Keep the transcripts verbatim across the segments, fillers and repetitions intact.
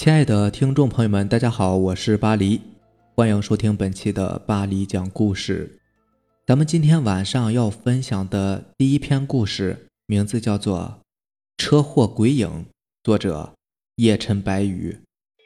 亲爱的听众朋友们，大家好，我是巴黎，欢迎收听本期的巴黎讲故事。咱们今天晚上要分享的第一篇故事，名字叫做《车祸鬼影》，作者夜沉白羽。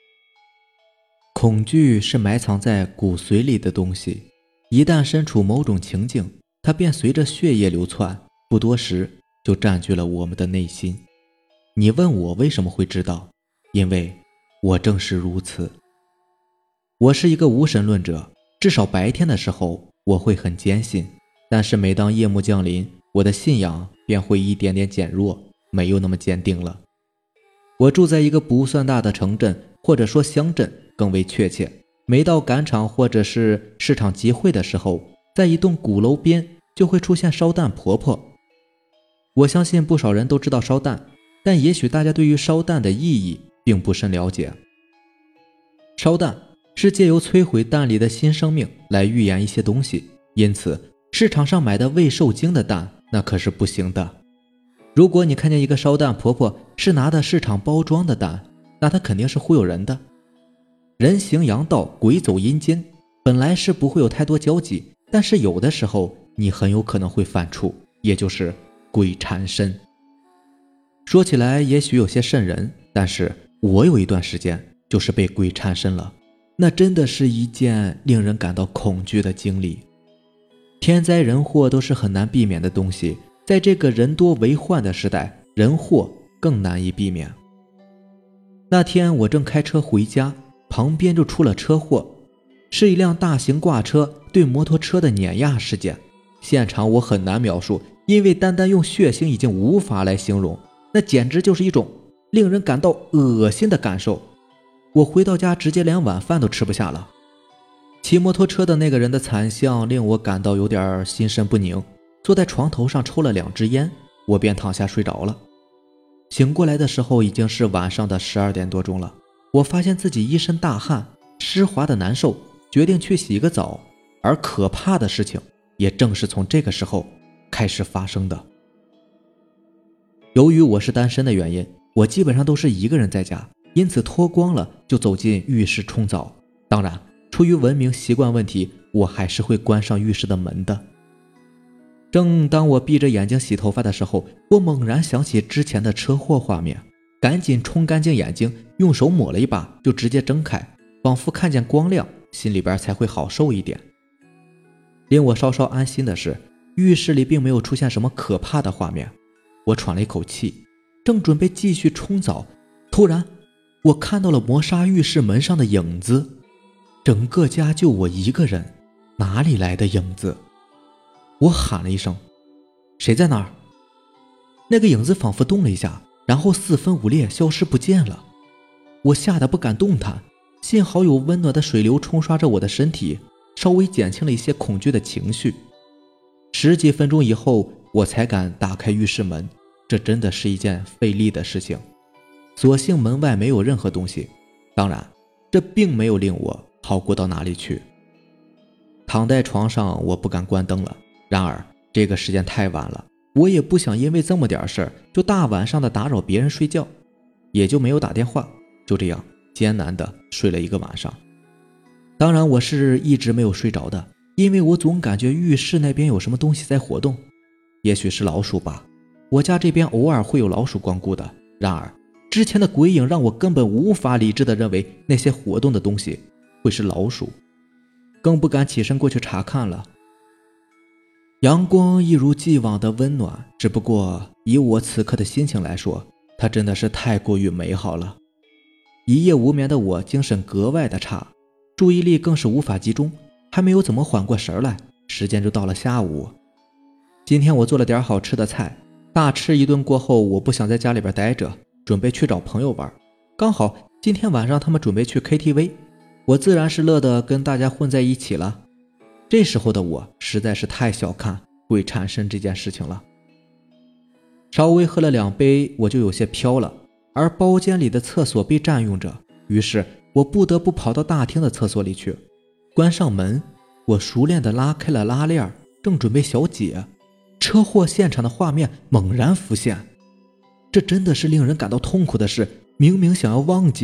恐惧是埋藏在骨髓里的东西，一旦身处某种情境，它便随着血液流窜，不多时就占据了我们的内心。你问我为什么会知道？因为我正是如此。我是一个无神论者，至少白天的时候我会很坚信，但是每当夜幕降临，我的信仰便会一点点减弱，没有那么坚定了。我住在一个不算大的城镇，或者说乡镇更为确切。每到赶场或者是市场集会的时候，在一栋鼓楼边就会出现烧蛋婆婆。我相信不少人都知道烧蛋，但也许大家对于烧蛋的意义并不甚了解。烧蛋是借由摧毁蛋里的新生命来预言一些东西，因此市场上买的未受精的蛋那可是不行的。如果你看见一个烧蛋婆婆是拿的市场包装的蛋，那她肯定是忽悠人的。人行阳道，鬼走阴间，本来是不会有太多交集，但是有的时候你很有可能会犯怵，也就是鬼缠身。说起来也许有些瘆人，但是我有一段时间就是被鬼缠身了，那真的是一件令人感到恐惧的经历。天灾人祸都是很难避免的东西，在这个人多为患的时代，人祸更难以避免。那天我正开车回家，旁边就出了车祸，是一辆大型挂车对摩托车的碾压事件。现场我很难描述，因为单单用血腥已经无法来形容，那简直就是一种令人感到恶心的感受。我回到家直接连晚饭都吃不下了。骑摩托车的那个人的惨相令我感到有点心神不宁，坐在床头上抽了两支烟，我便躺下睡着了。醒过来的时候已经是晚上的十二点多钟了，我发现自己一身大汗，湿滑的难受，决定去洗个澡。而可怕的事情也正是从这个时候开始发生的。由于我是单身的原因，我基本上都是一个人在家，因此脱光了就走进浴室冲澡。当然出于文明习惯问题，我还是会关上浴室的门的。正当我闭着眼睛洗头发的时候，我猛然想起之前的车祸画面，赶紧冲干净眼睛，用手抹了一把就直接睁开，仿佛看见光亮，心里边才会好受一点。令我稍稍安心的是，浴室里并没有出现什么可怕的画面。我喘了一口气，正准备继续冲澡，突然我看到了磨砂浴室门上的影子。整个家就我一个人，哪里来的影子？我喊了一声，谁在那儿？那个影子仿佛动了一下，然后四分五裂消失不见了。我吓得不敢动弹，幸好有温暖的水流冲刷着我的身体，稍微减轻了一些恐惧的情绪。十几分钟以后我才敢打开浴室门，这真的是一件费力的事情。所幸门外没有任何东西，当然这并没有令我好过到哪里去。躺在床上我不敢关灯了，然而这个时间太晚了，我也不想因为这么点事儿就大晚上的打扰别人睡觉，也就没有打电话，就这样艰难的睡了一个晚上。当然我是一直没有睡着的，因为我总感觉浴室那边有什么东西在活动，也许是老鼠吧，我家这边偶尔会有老鼠光顾的。然而之前的鬼影让我根本无法理智地认为那些活动的东西会是老鼠，更不敢起身过去查看了。阳光一如既往的温暖，只不过以我此刻的心情来说，它真的是太过于美好了。一夜无眠的我精神格外的差，注意力更是无法集中，还没有怎么缓过神来，时间就到了下午。今天我做了点好吃的菜，大吃一顿过后，我不想在家里边待着，准备去找朋友玩。刚好今天晚上他们准备去 K T V， 我自然是乐得跟大家混在一起了。这时候的我实在是太小看鬼缠身这件事情了。稍微喝了两杯我就有些飘了，而包间里的厕所被占用着，于是我不得不跑到大厅的厕所里去。关上门，我熟练地拉开了拉链，正准备小解，车祸现场的画面猛然浮现。这真的是令人感到痛苦的事，明明想要忘记的，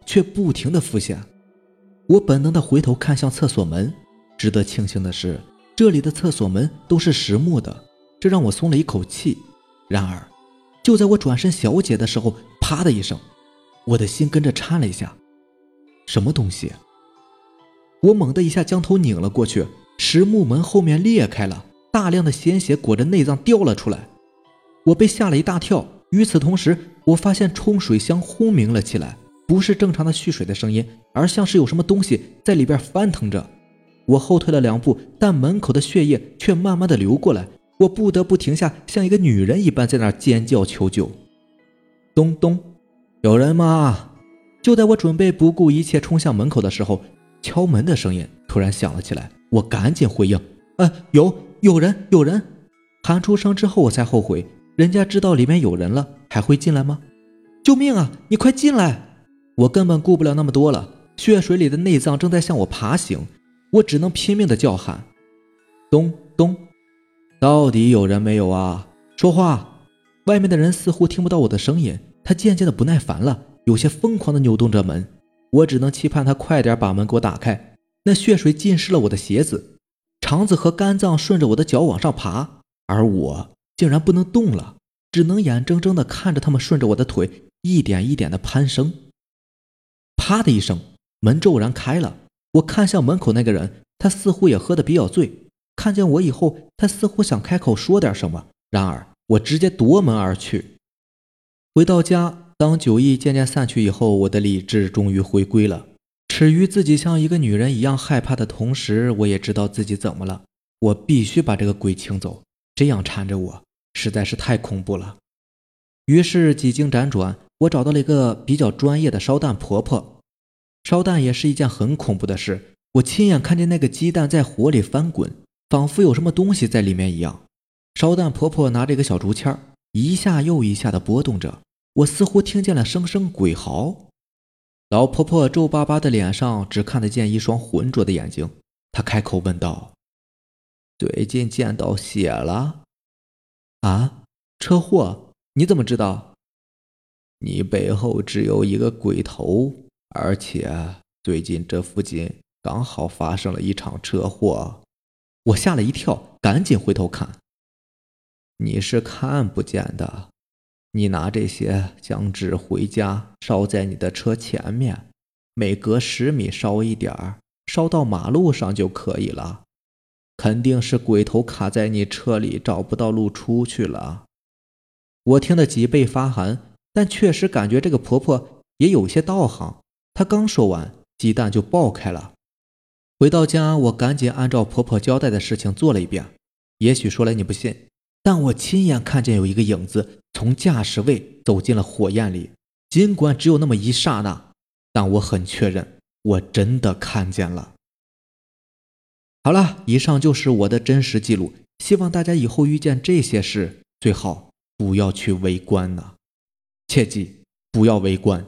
却不停地浮现。我本能地回头看向厕所门，值得庆幸的是，这里的厕所门都是实木的，这让我松了一口气。然而，就在我转身小解的时候，啪的一声，我的心跟着颤了一下。什么东西？我猛地一下将头拧了过去，实木门后面裂开了，大量的鲜血裹着内脏掉了出来。我被吓了一大跳，与此同时，我发现冲水箱轰鸣了起来，不是正常的蓄水的声音，而像是有什么东西在里边翻腾着。我后退了两步，但门口的血液却慢慢的流过来，我不得不停下，像一个女人一般在那儿尖叫求救。咚咚，有人吗？就在我准备不顾一切冲向门口的时候，敲门的声音突然响了起来。我赶紧回应：呃，有有人有人。喊出声之后我才后悔，人家知道里面有人了还会进来吗？救命啊，你快进来！我根本顾不了那么多了，血水里的内脏正在向我爬行，我只能拼命的叫喊。咚咚，到底有人没有啊？说话！外面的人似乎听不到我的声音，他渐渐的不耐烦了，有些疯狂的扭动着门。我只能期盼他快点把门给我打开。那血水浸湿了我的鞋子，肠子和肝脏顺着我的脚往上爬，而我竟然不能动了，只能眼睁睁地看着他们顺着我的腿一点一点地攀升。啪的一声，门骤然开了。我看向门口那个人，他似乎也喝得比较醉，看见我以后，他似乎想开口说点什么，然而我直接夺门而去。回到家，当酒意渐渐散去以后，我的理智终于回归了。耻于自己像一个女人一样害怕的同时，我也知道自己怎么了。我必须把这个鬼请走，这样缠着我实在是太恐怖了。于是几经辗转，我找到了一个比较专业的烧蛋婆婆。烧蛋也是一件很恐怖的事，我亲眼看见那个鸡蛋在火里翻滚，仿佛有什么东西在里面一样。烧蛋婆婆拿着一个小竹签，一下又一下地拨动着，我似乎听见了声声鬼嚎。老婆婆皱巴巴的脸上只看得见一双浑浊的眼睛，她开口问道：最近见到血了？啊？车祸？你怎么知道？你背后只有一个鬼头，而且最近这附近刚好发生了一场车祸。我吓了一跳，赶紧回头看。你是看不见的，你拿这些姜纸回家，烧在你的车前面，每隔十米烧一点儿，烧到马路上就可以了。肯定是鬼头卡在你车里，找不到路出去了。我听得脊背发寒，但确实感觉这个婆婆也有些道行。她刚说完，鸡蛋就爆开了。回到家，我赶紧按照婆婆交代的事情做了一遍。也许说来你不信，但我亲眼看见有一个影子从驾驶位走进了火焰里，尽管只有那么一刹那，但我很确认我真的看见了。好了，以上就是我的真实记录，希望大家以后遇见这些事最好不要去围观呢，切记不要围观。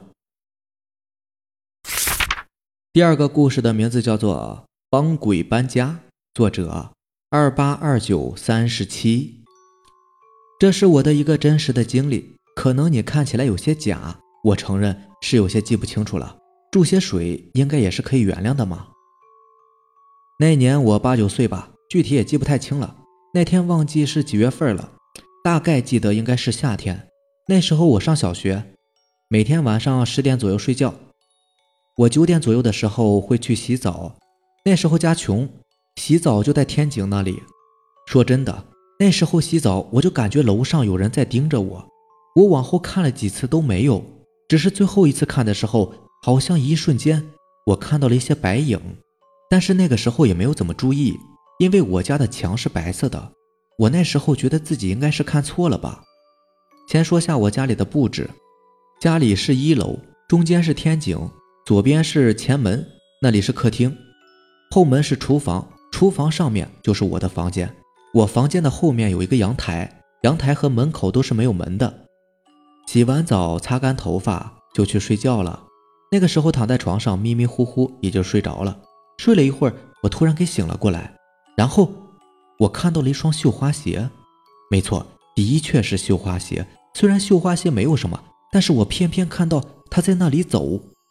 第二个故事的名字叫做帮鬼搬家，作者二八二九三十七。这是我的一个真实的经历，可能你看起来有些假，我承认是有些记不清楚了，注些水应该也是可以原谅的嘛。那年我八九岁吧，具体也记不太清了，那天忘记是几月份了，大概记得应该是夏天。那时候我上小学，每天晚上十点左右睡觉，我九点左右的时候会去洗澡。那时候家穷，洗澡就在天井那里。说真的，那时候洗澡我就感觉楼上有人在盯着我，我往后看了几次都没有，只是最后一次看的时候，好像一瞬间我看到了一些白影，但是那个时候也没有怎么注意，因为我家的墙是白色的，我那时候觉得自己应该是看错了吧。先说下我家里的布置，家里是一楼，中间是天井，左边是前门，那里是客厅，后门是厨房，厨房上面就是我的房间。我房间的后面有一个阳台，阳台和门口都是没有门的。洗完澡擦干头发就去睡觉了，那个时候躺在床上迷迷糊糊也就睡着了。睡了一会儿，我突然给醒了过来，然后我看到了一双绣花鞋。没错，的确是绣花鞋，虽然绣花鞋没有什么，但是我偏偏看到它在那里走，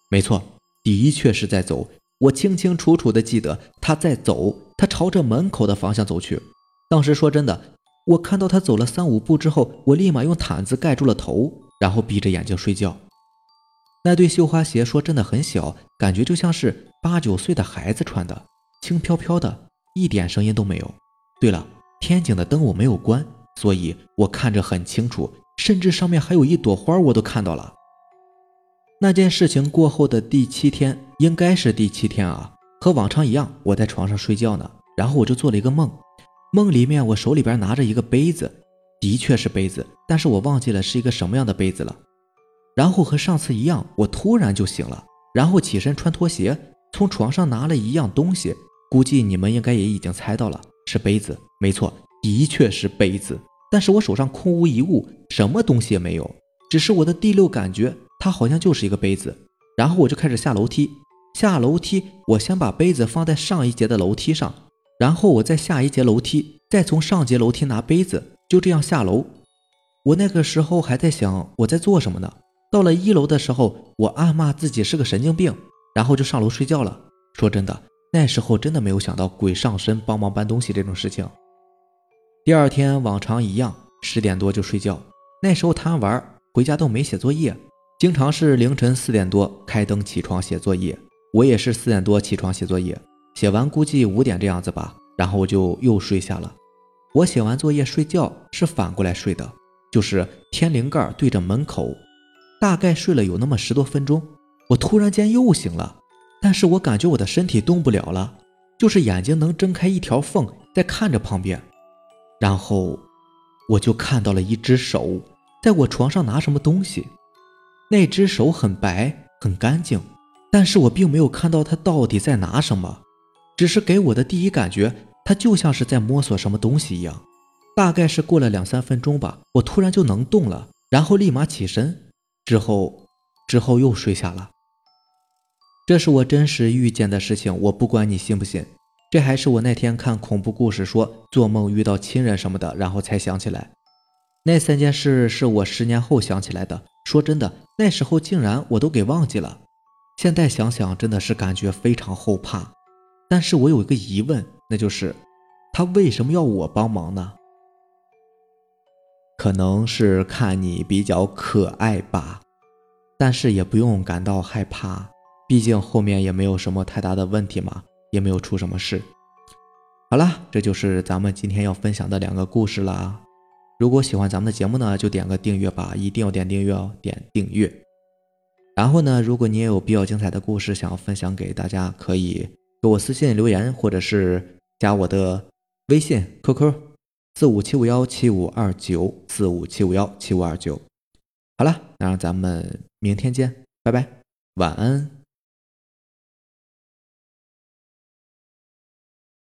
没错，的确是在走。我清清楚楚地记得他在走，他朝着门口的方向走去。当时说真的，我看到他走了三五步之后，我立马用毯子盖住了头，然后闭着眼睛睡觉。那对绣花鞋说真的很小，感觉就像是八九岁的孩子穿的，轻飘飘的，一点声音都没有。对了，天井的灯我没有关，所以我看着很清楚，甚至上面还有一朵花我都看到了。那件事情过后的第七天，应该是第七天啊，和往常一样，我在床上睡觉呢，然后我就做了一个梦，梦里面我手里边拿着一个杯子，的确是杯子，但是我忘记了是一个什么样的杯子了。然后和上次一样，我突然就醒了，然后起身穿拖鞋，从床上拿了一样东西，估计你们应该也已经猜到了，是杯子，没错，的确是杯子，但是我手上空无一物，什么东西也没有，只是我的第六感觉它好像就是一个杯子。然后我就开始下楼梯，下楼梯我先把杯子放在上一节的楼梯上，然后我再下一节楼梯，再从上节楼梯拿杯子，就这样下楼。我那个时候还在想我在做什么呢，到了一楼的时候，我暗骂自己是个神经病，然后就上楼睡觉了。说真的，那时候真的没有想到鬼上身帮忙搬东西这种事情。第二天往常一样，十点多就睡觉，那时候贪玩，回家都没写作业，经常是凌晨四点多开灯起床写作业。我也是四点多起床写作业，写完估计五点这样子吧，然后我就又睡下了。我写完作业睡觉是反过来睡的，就是天灵盖对着门口，大概睡了有那么十多分钟，我突然间又醒了，但是我感觉我的身体动不了了，就是眼睛能睁开一条缝在看着旁边。然后我就看到了一只手在我床上拿什么东西，那只手很白很干净，但是我并没有看到他到底在拿什么，只是给我的第一感觉他就像是在摸索什么东西一样。大概是过了两三分钟吧，我突然就能动了，然后立马起身，之后之后又睡下了。这是我真实遇见的事情，我不管你信不信，这还是我那天看恐怖故事说做梦遇到亲人什么的，然后才想起来。那三件事是我十年后想起来的，说真的，那时候竟然我都给忘记了。现在想想真的是感觉非常后怕，但是我有一个疑问，那就是他为什么要我帮忙呢？可能是看你比较可爱吧，但是也不用感到害怕，毕竟后面也没有什么太大的问题嘛，也没有出什么事。好了，这就是咱们今天要分享的两个故事啦。如果喜欢咱们的节目呢，就点个订阅吧，一定要点订阅哦，点订阅。然后呢，如果你也有比较精彩的故事想要分享给大家，可以给我私信留言，或者是加我的微信 Q Q 四五七五一七五二九 四五七五一七五二九。好了，那让咱们明天见，拜拜，晚安。